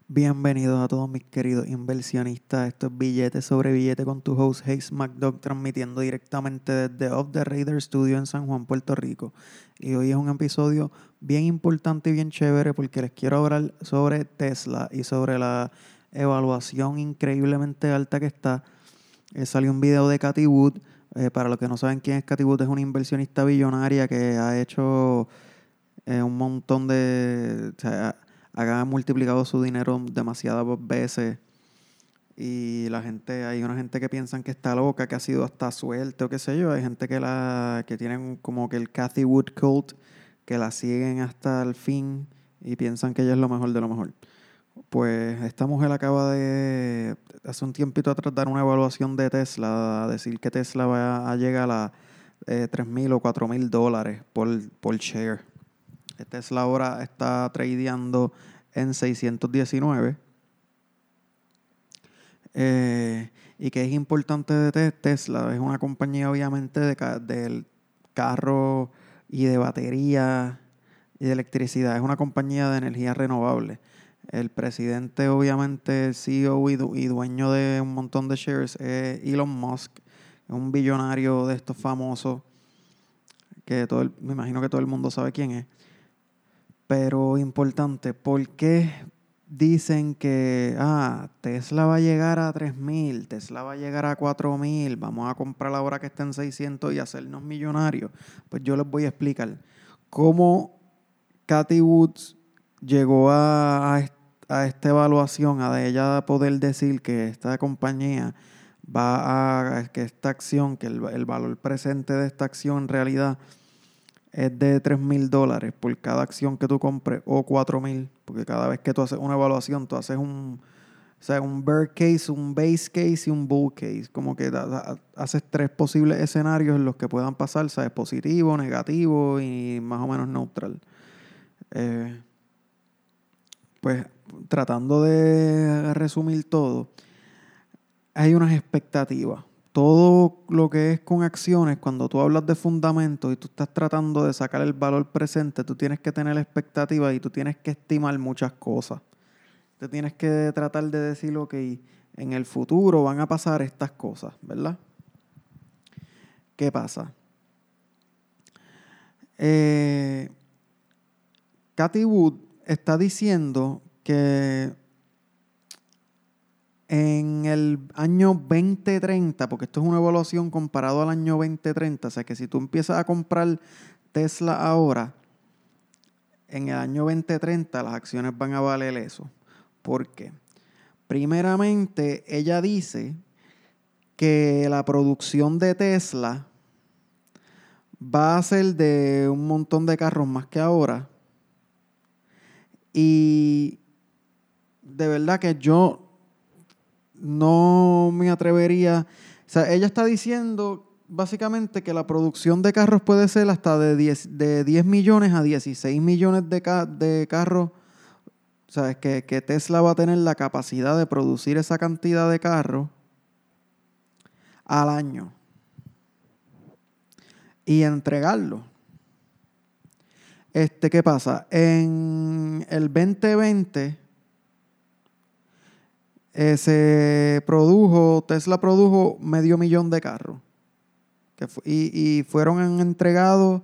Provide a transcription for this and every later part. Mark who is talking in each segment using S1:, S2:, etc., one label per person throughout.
S1: Bienvenidos a todos mis queridos inversionistas. Esto es Billete sobre Billete con tu host Hayes McDoug, transmitiendo directamente desde Off the Raider Studio en San Juan, Puerto Rico. Y hoy es un episodio bien importante y bien chévere porque les quiero hablar sobre Tesla y sobre la evaluación increíblemente alta que está. Salió un video de Cathie Wood. Para los que no saben quién es Cathie Wood, es una inversionista billonaria que ha hecho un montón de... O sea, ha multiplicado su dinero demasiadas veces y la gente, hay una gente que piensan que está loca, que ha sido hasta suerte o qué sé yo. Hay gente que tienen como que el Cathie Wood cult, que la siguen hasta el fin y piensan que ella es lo mejor de lo mejor. Pues esta mujer acaba de, hace un tiempito atrás, dar una evaluación de Tesla, a decir que Tesla va a llegar a 3,000 o $4,000 por share. Tesla ahora está tradeando en 619. Y que es importante de Tesla, es una compañía obviamente del carro y de batería y de electricidad. Es una compañía de energía renovable. El presidente, obviamente, CEO y dueño de un montón de shares es Elon Musk. Es un billonario de estos famosos que me imagino que todo el mundo sabe quién es. Pero importante, ¿por qué dicen que Tesla va a llegar a 3,000, Tesla va a llegar a 4,000, vamos a comprar ahora que está en 600 y hacernos millonarios? Pues yo les voy a explicar cómo Cathie Woods llegó a esta evaluación, a de ella poder decir que esta compañía que esta acción, que el valor presente de esta acción en realidad es de $3,000 por cada acción que tú compres o 4,000, porque cada vez que tú haces una evaluación, tú haces un bear case, un base case y un bull case. Como que haces tres posibles escenarios en los que puedan pasar, ¿sabes? Positivo, negativo y más o menos neutral. Eh, pues tratando de resumir todo, hay unas expectativas. Todo lo que es con acciones, cuando tú hablas de fundamentos y tú estás tratando de sacar el valor presente, tú tienes que tener expectativas y tú tienes que estimar muchas cosas. Tú tienes que tratar de decir, ok, en el futuro van a pasar estas cosas, ¿verdad? ¿Qué pasa? Eh, Cathie Wood está diciendo que en el año 2030, porque esto es una evaluación comparado al año 2030, o sea que si tú empiezas a comprar Tesla ahora, en el año 2030 las acciones van a valer eso. ¿Por qué? Primeramente, ella dice que la producción de Tesla va a ser de un montón de carros más que ahora. Y de verdad que yo no me atrevería. O sea, ella está diciendo básicamente que la producción de carros puede ser hasta de 10 millones a 16 millones de carros. O sea, es que Tesla va a tener la capacidad de producir esa cantidad de carros al año y entregarlo. ¿Qué pasa? En el 2020 Tesla produjo 500,000 de carros. Y fueron entregados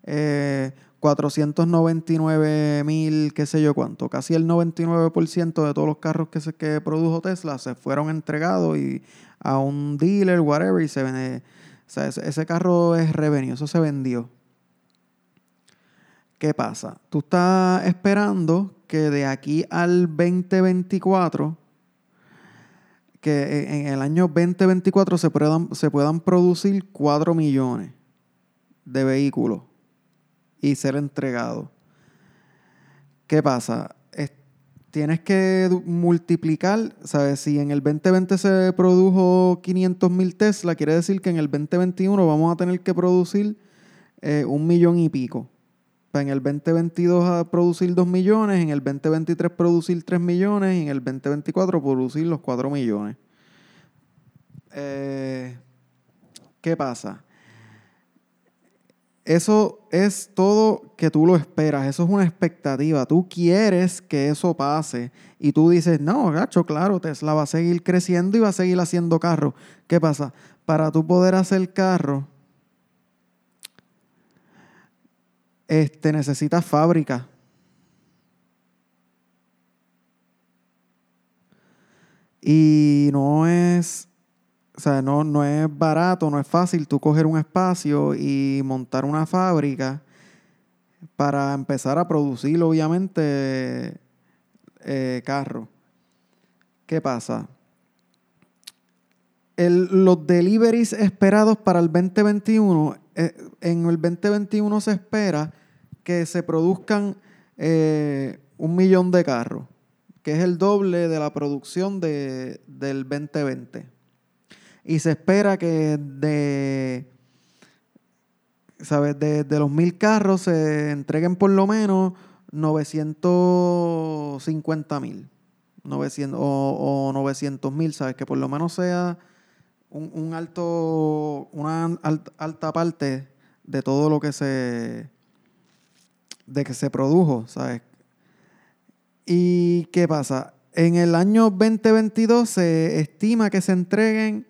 S1: 499,000, qué sé yo cuánto. Casi el 99% de todos los carros que produjo Tesla se fueron entregados a un dealer, whatever, y se vende. O sea, ese carro es revenue, eso se vendió. ¿Qué pasa? Tú estás esperando que de aquí al 2024, que en el año 2024 se puedan producir 4 millones de vehículos y ser entregados. ¿Qué pasa? Tienes que multiplicar, ¿sabes? Si en el 2020 se produjo 500,000 Tesla, quiere decir que en el 2021 vamos a tener que producir 1,000,000 y pico. En el 2022 a producir 2 millones, en el 2023 producir 3 millones y en el 2024 producir los 4 millones. ¿Qué pasa? eso es todo que tú lo esperas, eso es una expectativa. Tú quieres que eso pase y tú dices, no, gacho, claro, Tesla va a seguir creciendo y va a seguir haciendo carros. ¿Qué pasa? Para tú poder hacer carros, necesitas fábrica. Y no es, o sea, no es barato, no es fácil tú coger un espacio y montar una fábrica para empezar a producir, obviamente, carros. ¿Qué pasa? Los deliveries esperados para el 2021, en el 2021 se espera que se produzcan 1 millón de carros, que es el doble de la producción del 2020. Y se espera que ¿sabes? De los 1.000 carros se entreguen por lo menos 950.000. 900, o 900.000, ¿sabes? Que por lo menos sea una alta parte de todo lo de que se produjo, ¿sabes? ¿Y qué pasa? En el año 2022 se estima que se entreguen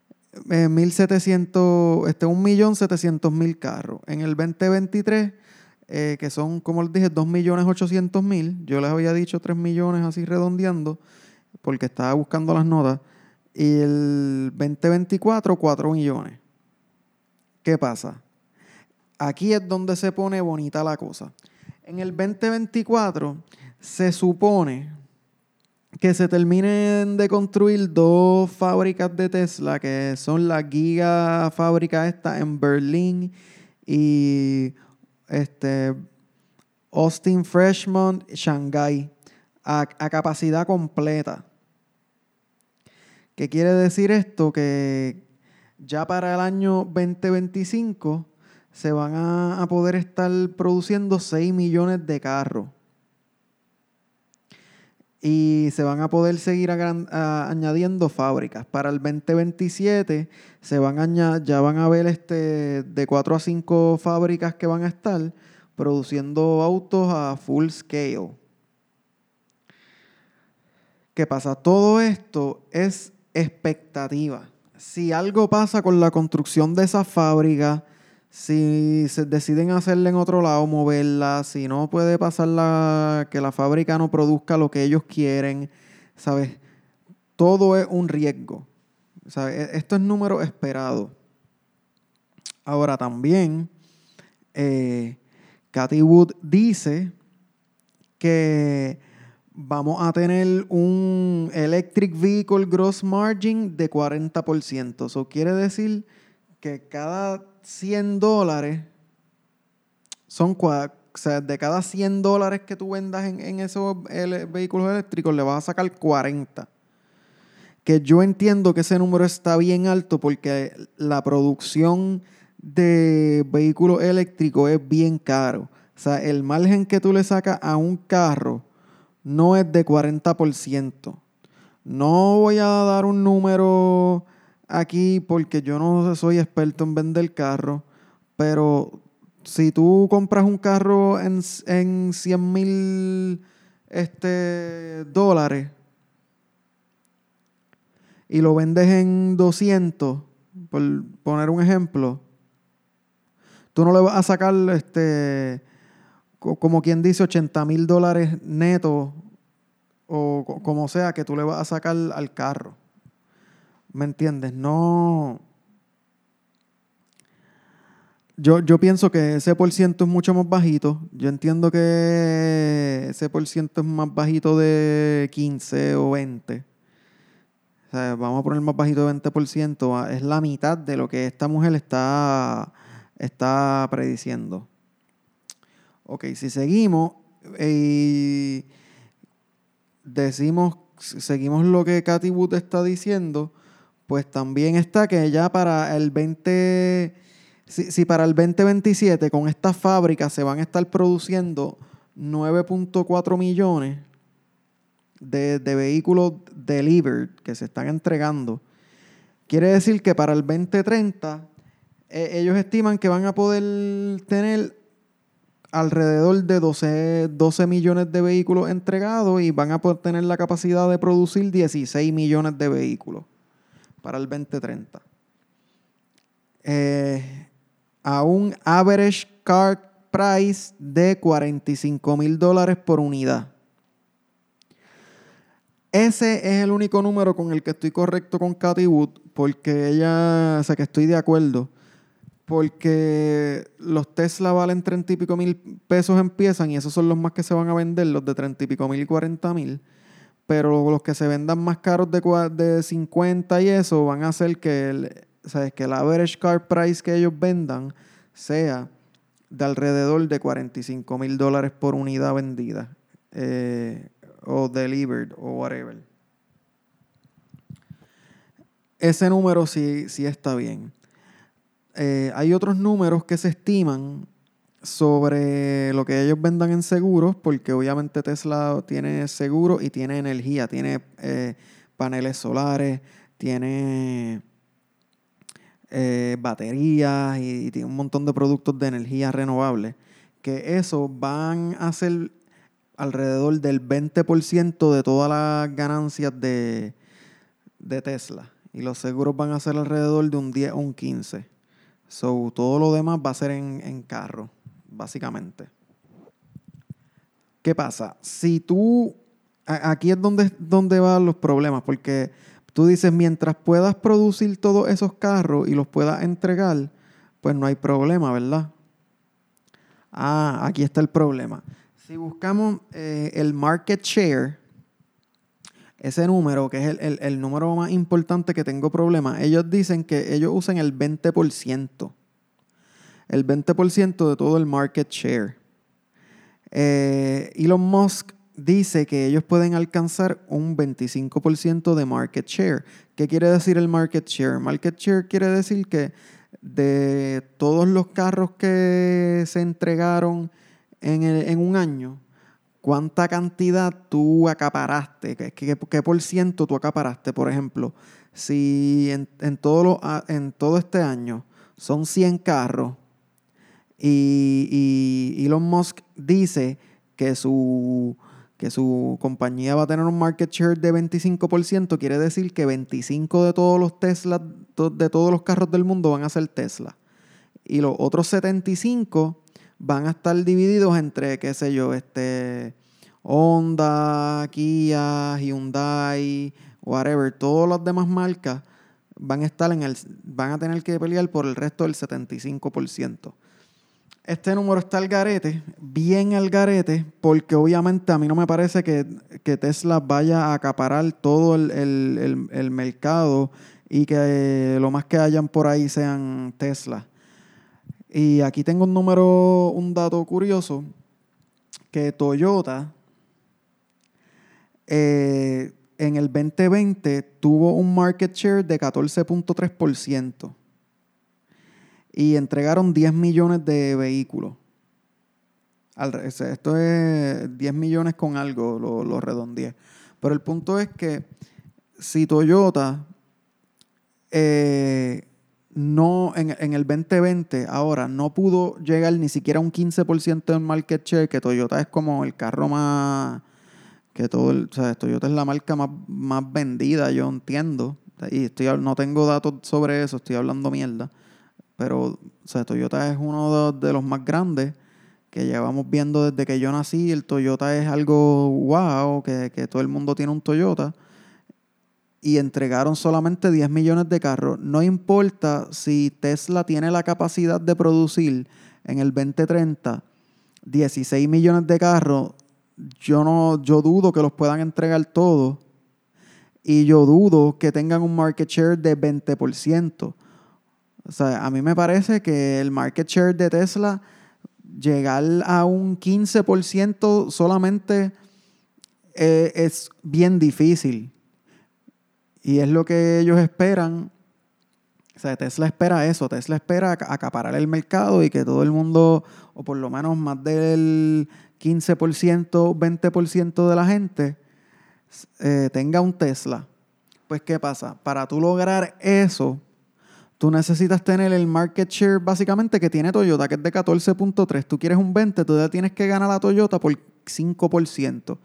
S1: 1.700.000 carros. En el 2023, que son, como les dije, 2.800.000, yo les había dicho 3 millones así redondeando, porque estaba buscando las notas, y el 2024, 4 millones. ¿Qué pasa? Aquí es donde se pone bonita la cosa. En el 2024 se supone que se terminen de construir 2 fábricas de Tesla, que son la giga fábrica esta en Berlín y Austin, Fremont, Shanghai, a capacidad completa. ¿Qué quiere decir esto? Que ya para el año 2025 se van a poder estar produciendo 6 millones de carros. Y se van a poder seguir añadiendo fábricas. Para el 2027 ya van a haber de 4 a 5 fábricas que van a estar produciendo autos a full scale. ¿Qué pasa? Todo esto es expectativa. Si algo pasa con la construcción de esa fábrica, si se deciden hacerla en otro lado, moverla, si no puede pasar que la fábrica no produzca lo que ellos quieren, ¿sabes? Todo es un riesgo. ¿Sabes? Esto es número esperado. Ahora también, Cathie Wood dice que vamos a tener un Electric Vehicle Gross Margin de 40%. Eso quiere decir que cada $100 o sea, de cada $100 que tú vendas en esos vehículos eléctricos, le vas a sacar 40. Que yo entiendo que ese número está bien alto porque la producción de vehículos eléctricos es bien caro. O sea, el margen que tú le sacas a un carro no es de 40%. No voy a dar un número aquí porque yo no soy experto en vender carros, pero si tú compras un carro en 100.000 dólares y lo vendes en 200, por poner un ejemplo, tú no le vas a sacar, como quien dice, $80.000 netos o como sea que tú le vas a sacar al carro. ¿Me entiendes? No. Yo pienso que ese por ciento es mucho más bajito. Yo entiendo que ese por ciento es más bajito de 15 o 20. O sea, vamos a poner más bajito de 20%. Es la mitad de lo que esta mujer está prediciendo. Ok, si seguimos y seguimos lo que Cathie Wood está diciendo, pues también está que ya para el 20... Si para el 2027 con estas fábricas se van a estar produciendo 9.4 millones de vehículos delivered que se están entregando, quiere decir que para el 2030 Ellos estiman que van a poder tener alrededor de 12 millones de vehículos entregados y van a poder tener la capacidad de producir 16 millones de vehículos para el 2030. A un average car price de $45,000 por unidad. Ese es el único número con el que estoy correcto con Cathie Wood, porque ella, o sea, que estoy de acuerdo. Porque los Tesla valen 30 y pico mil pesos empiezan y esos son los más que se van a vender, los de 30 y pico mil y 40 mil. Pero los que se vendan más caros de 50 y eso van a hacer que el average car price que ellos vendan sea de alrededor de $45,000 por unidad vendida. O delivered o whatever. Ese número sí está bien. Hay otros números que se estiman sobre lo que ellos vendan en seguros, porque obviamente Tesla tiene seguro y tiene energía, tiene paneles solares, tiene baterías y tiene un montón de productos de energía renovable, que eso van a ser alrededor del 20% de todas las ganancias de Tesla. Y los seguros van a ser alrededor de un 10 o un 15%. So, todo lo demás va a ser en carro, básicamente. ¿Qué pasa? Si tú... Aquí es donde van los problemas, porque tú dices, mientras puedas producir todos esos carros y los puedas entregar, pues no hay problema, ¿verdad? Aquí está el problema. Si buscamos el market share, ese número, que es el número más importante que tengo problema, ellos dicen que ellos usan el 20%. El 20% de todo el market share. Elon Musk dice que ellos pueden alcanzar un 25% de market share. ¿Qué quiere decir el market share? Market share quiere decir que de todos los carros que se entregaron en un año, ¿cuánta cantidad tú acaparaste? ¿Qué por ciento tú acaparaste? Por ejemplo, si en todo este año son 100 carros y Elon Musk dice que su compañía va a tener un market share de 25%, quiere decir que 25 de todos los Tesla, de todos los carros del mundo van a ser Tesla. Y los otros 75 van a estar divididos entre, qué sé yo, Honda, Kia, Hyundai, whatever. Todas las demás marcas van a tener que pelear por el resto del 75%. Este número está al garete, bien al garete, porque obviamente a mí no me parece que Tesla vaya a acaparar todo el mercado y que lo más que hayan por ahí sean Tesla. Y aquí tengo un dato curioso, que Toyota en el 2020 tuvo un market share de 14.3% y entregaron 10 millones de vehículos. Esto es 10 millones con algo, lo redondeé. Pero el punto es que si Toyota no en el 2020 ahora no pudo llegar ni siquiera a un 15% del market share, que Toyota es como el carro más que o sea, Toyota es la marca más vendida, yo entiendo, y no tengo datos sobre eso, estoy hablando mierda, pero o sea, Toyota es uno de los más grandes que llevamos viendo desde que yo nací. El Toyota es algo wow, que todo el mundo tiene un Toyota. Y entregaron solamente 10 millones de carros. No importa si Tesla tiene la capacidad de producir en el 2030 16 millones de carros, yo dudo que los puedan entregar todos. Y yo dudo que tengan un market share de 20%. O sea, a mí me parece que el market share de Tesla, llegar a un 15% solamente es bien difícil. Y es lo que ellos esperan. O sea, Tesla espera eso. Tesla espera acaparar el mercado y que todo el mundo, o por lo menos más del 15%, 20% de la gente, tenga un Tesla. Pues, ¿qué pasa? Para tú lograr eso, Tú necesitas tener el market share básicamente que tiene Toyota, que es de 14.3. Tú quieres un 20, tú ya tienes que ganar a Toyota por 5%.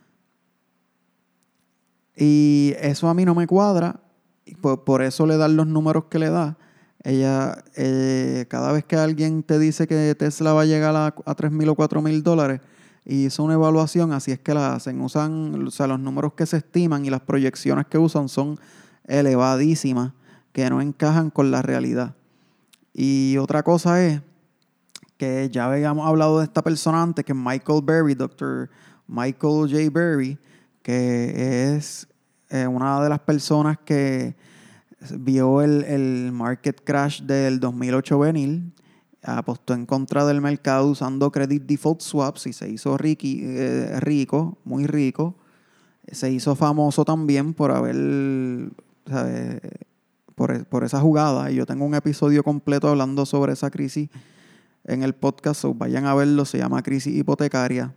S1: Y eso a mí no me cuadra. Y por eso le dan los números que le da. Ella, cada vez que alguien te dice que Tesla va a llegar a $3,000 o $4,000 y hizo una evaluación, así es que la hacen. Usan, o sea, los números que se estiman y las proyecciones que usan son elevadísimas, que no encajan con la realidad. Y otra cosa es que ya habíamos hablado de esta persona antes, que es Michael Berry, Dr. Michael J. Berry, que es una de las personas que vio el market crash del 2008 venir, apostó en contra del mercado usando credit default swaps y se hizo rico, muy rico. Se hizo famoso también por haber, ¿sabes? Por esa jugada. Y yo tengo un episodio completo hablando sobre esa crisis en el podcast, so vayan a verlo, se llama Crisis Hipotecaria.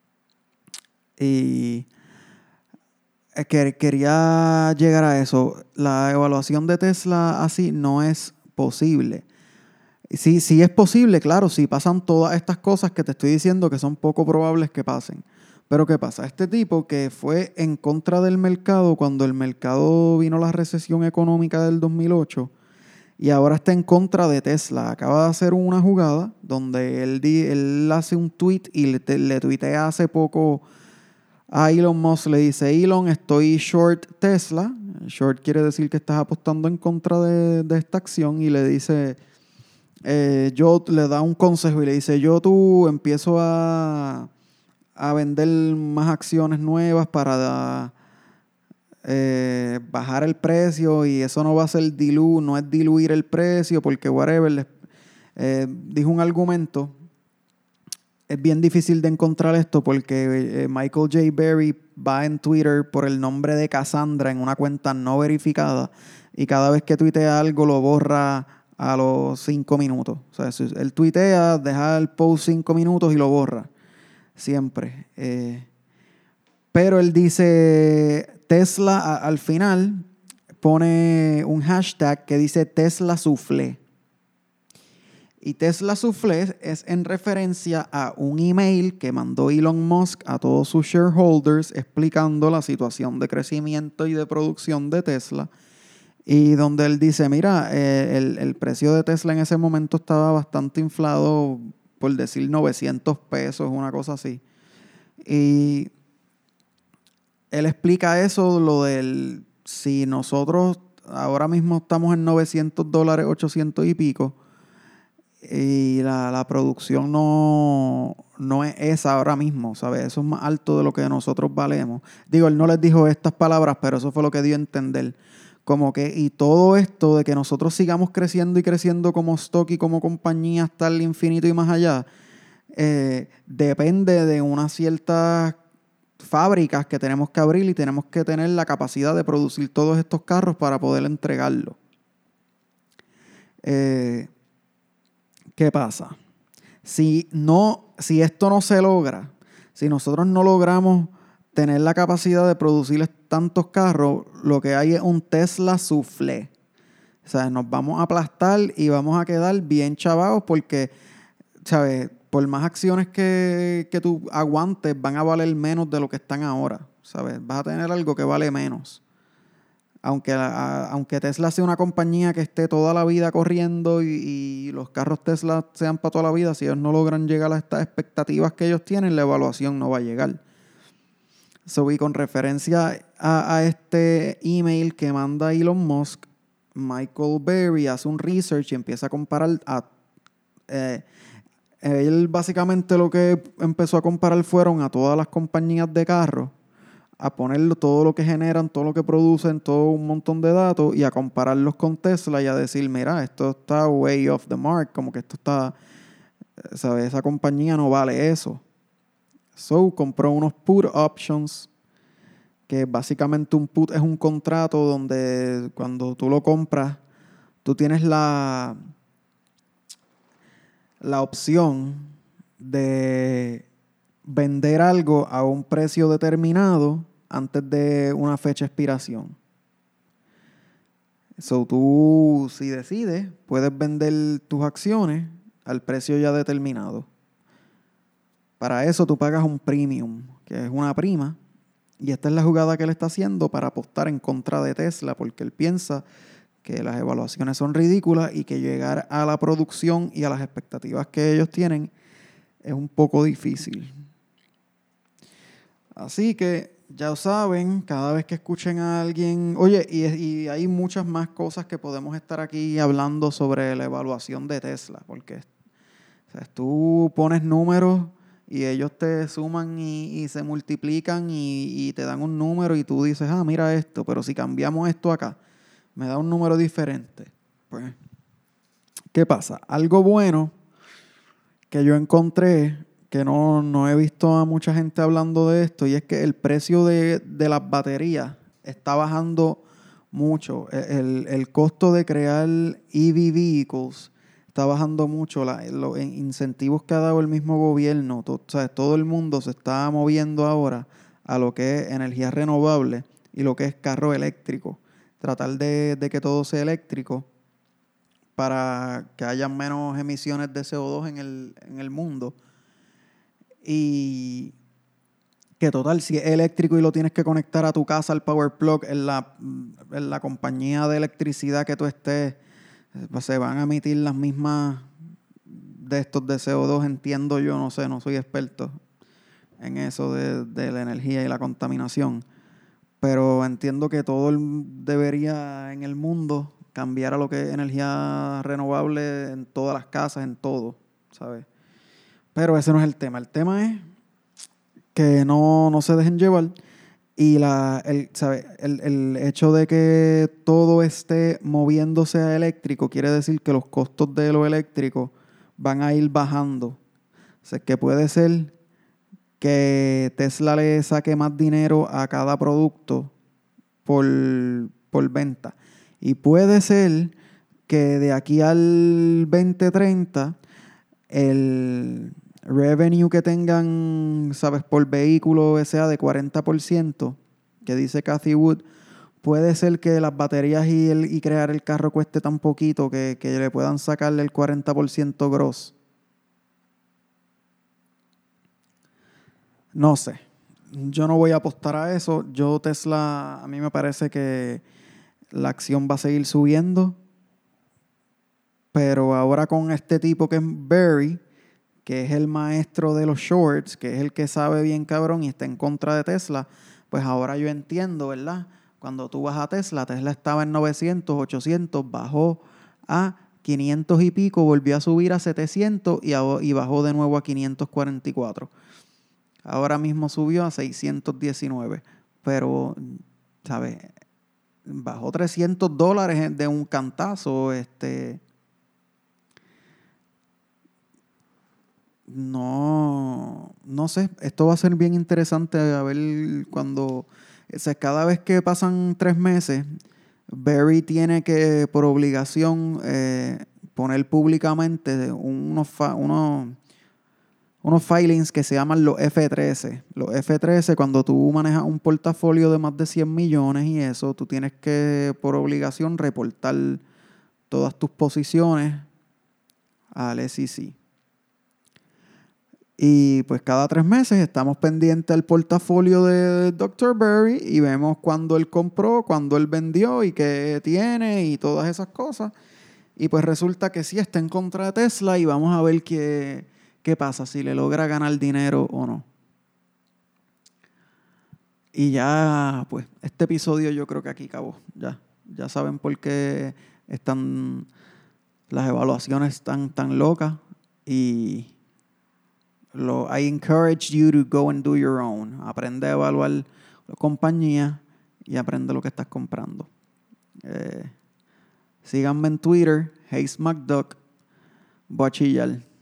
S1: Y quería llegar a eso. La evaluación de Tesla así no es posible. Sí, sí es posible, claro, si pasan todas estas cosas que te estoy diciendo que son poco probables que pasen. Pero ¿qué pasa? Este tipo que fue en contra del mercado cuando el mercado vino la recesión económica del 2008 y ahora está en contra de Tesla. Acaba de hacer una jugada donde él hace un tweet y le tuitea hace poco a Elon Musk. Le dice: Elon, estoy short Tesla. Short quiere decir que estás apostando en contra de esta acción. Y le dice, yo le da un consejo y le dice: tú empiezo a vender más acciones nuevas para bajar el precio, y eso no va a ser no es diluir el precio porque whatever. Dijo un argumento. Es bien difícil de encontrar esto porque Michael J. Berry va en Twitter por el nombre de Cassandra en una cuenta no verificada, y cada vez que tuitea algo lo borra a los 5 minutos. O sea, él tuitea, deja el post 5 minutos y lo borra. Siempre. Pero él dice Tesla, al final pone un hashtag que dice Tesla Soufflé. Y Tesla Soufflé es en referencia a un email que mandó Elon Musk a todos sus shareholders explicando la situación de crecimiento y de producción de Tesla. Y donde él dice, mira, el precio de Tesla en ese momento estaba bastante inflado, por decir $900, una cosa así. Y él explica eso, lo del, si nosotros ahora mismo estamos en $900, 800 y pico, y la producción no es esa ahora mismo, ¿sabes? Eso es más alto de lo que nosotros valemos. Digo, él no les dijo estas palabras, pero eso fue lo que dio a entender. Como que, y todo esto de que nosotros sigamos creciendo y creciendo como stock y como compañía hasta el infinito y más allá, depende de unas ciertas fábricas que tenemos que abrir, y tenemos que tener la capacidad de producir todos estos carros para poder entregarlo. ¿Qué pasa? Si esto no se logra, si nosotros no logramos tener la capacidad de producir tantos carros, lo que hay es un Tesla soufflé. O sea, nos vamos a aplastar y vamos a quedar bien chavados porque, ¿sabes? Por más acciones que tú aguantes, van a valer menos de lo que están ahora, ¿sabes? Vas a tener algo que vale menos. Aunque Tesla sea una compañía que esté toda la vida corriendo y los carros Tesla sean para toda la vida, si ellos no logran llegar a estas expectativas que ellos tienen, la evaluación no va a llegar. Y con referencia a este email que manda Elon Musk, Michael Berry hace un research y empieza a comparar él básicamente lo que empezó a comparar fueron a todas las compañías de carros, a ponerlo todo lo que generan, todo lo que producen, todo un montón de datos, y a compararlos con Tesla y a decir, mira, esto está way off the mark, como que esto está, ¿sabes? Esa compañía no vale eso. So, compró unos put options, que básicamente un put es un contrato donde cuando tú lo compras, tú tienes la opción de vender algo a un precio determinado antes de una fecha de expiración. So, tú, si decides, puedes vender tus acciones al precio ya determinado. Para eso tú pagas un premium, que es una prima, y esta es la jugada que él está haciendo para apostar en contra de Tesla, porque él piensa que las evaluaciones son ridículas y que llegar a la producción y a las expectativas que ellos tienen es un poco difícil. Así que ya saben, cada vez que escuchen a alguien, oye, y hay muchas más cosas que podemos estar aquí hablando sobre la evaluación de Tesla, porque o sea, tú pones números y ellos te suman y se multiplican y te dan un número y tú dices, ah, mira esto, pero si cambiamos esto acá, me da un número diferente. Pues, ¿qué pasa? Algo bueno que yo encontré, que no he visto a mucha gente hablando de esto, y es que el precio de las baterías está bajando mucho. El costo de crear EV vehicles está bajando mucho. Los incentivos que ha dado el mismo gobierno, o sea, todo el mundo se está moviendo ahora a lo que es energía renovable y lo que es carro eléctrico. Tratar de que todo sea eléctrico para que haya menos emisiones de CO2 en el mundo. Y que total, si es eléctrico y lo tienes que conectar a tu casa al power plug en la compañía de electricidad que tú estés, pues se van a emitir las mismas de estos de CO2, entiendo yo, no sé, no soy experto en eso de la energía y la contaminación, pero entiendo que debería en el mundo cambiar a lo que es energía renovable en todas las casas, en todo, ¿sabes? Pero ese no es el tema. El tema es que no se dejen llevar y ¿sabe? El hecho de que todo esté moviéndose a eléctrico quiere decir que los costos de lo eléctrico van a ir bajando. O sea, que puede ser que Tesla le saque más dinero a cada producto por venta. Y puede ser que de aquí al 2030 el revenue que tengan, ¿sabes? Por vehículo sea de 40%, que dice Cathy Wood, puede ser que las baterías y crear el carro cueste tan poquito que le puedan sacarle el 40% gross. No sé. Yo no voy a apostar a eso. Yo Tesla, a mí me parece que la acción va a seguir subiendo, pero ahora con este tipo que es Barry, que es el maestro de los shorts, que es el que sabe bien cabrón y está en contra de Tesla, pues ahora yo entiendo, ¿verdad? Cuando tú vas a Tesla estaba en 900, 800, bajó a 500 y pico, volvió a subir a 700 y bajó de nuevo a 544. Ahora mismo subió a 619, pero, ¿sabes? Bajó $300 de un cantazo, no sé, esto va a ser bien interesante a ver cuando, o sea, cada vez que pasan 3 meses, Barry tiene que, por obligación, poner públicamente unos filings que se llaman los F13. Los F13, cuando tú manejas un portafolio de más de 100 millones y eso, tú tienes que, por obligación, reportar todas tus posiciones al SEC. Y pues cada 3 meses estamos pendientes al portafolio de Dr. Berry y vemos cuándo él compró, cuándo él vendió y qué tiene y todas esas cosas. Y pues resulta que sí está en contra de Tesla y vamos a ver qué pasa, si le logra ganar dinero o no. Y ya, pues, este episodio yo creo que aquí acabó. Ya saben por qué las evaluaciones están tan locas y I encourage you to go and do your own. Aprende a evaluar la compañía y aprende lo que estás comprando. Síganme en Twitter, HaceMcDuck. Voy a chillar.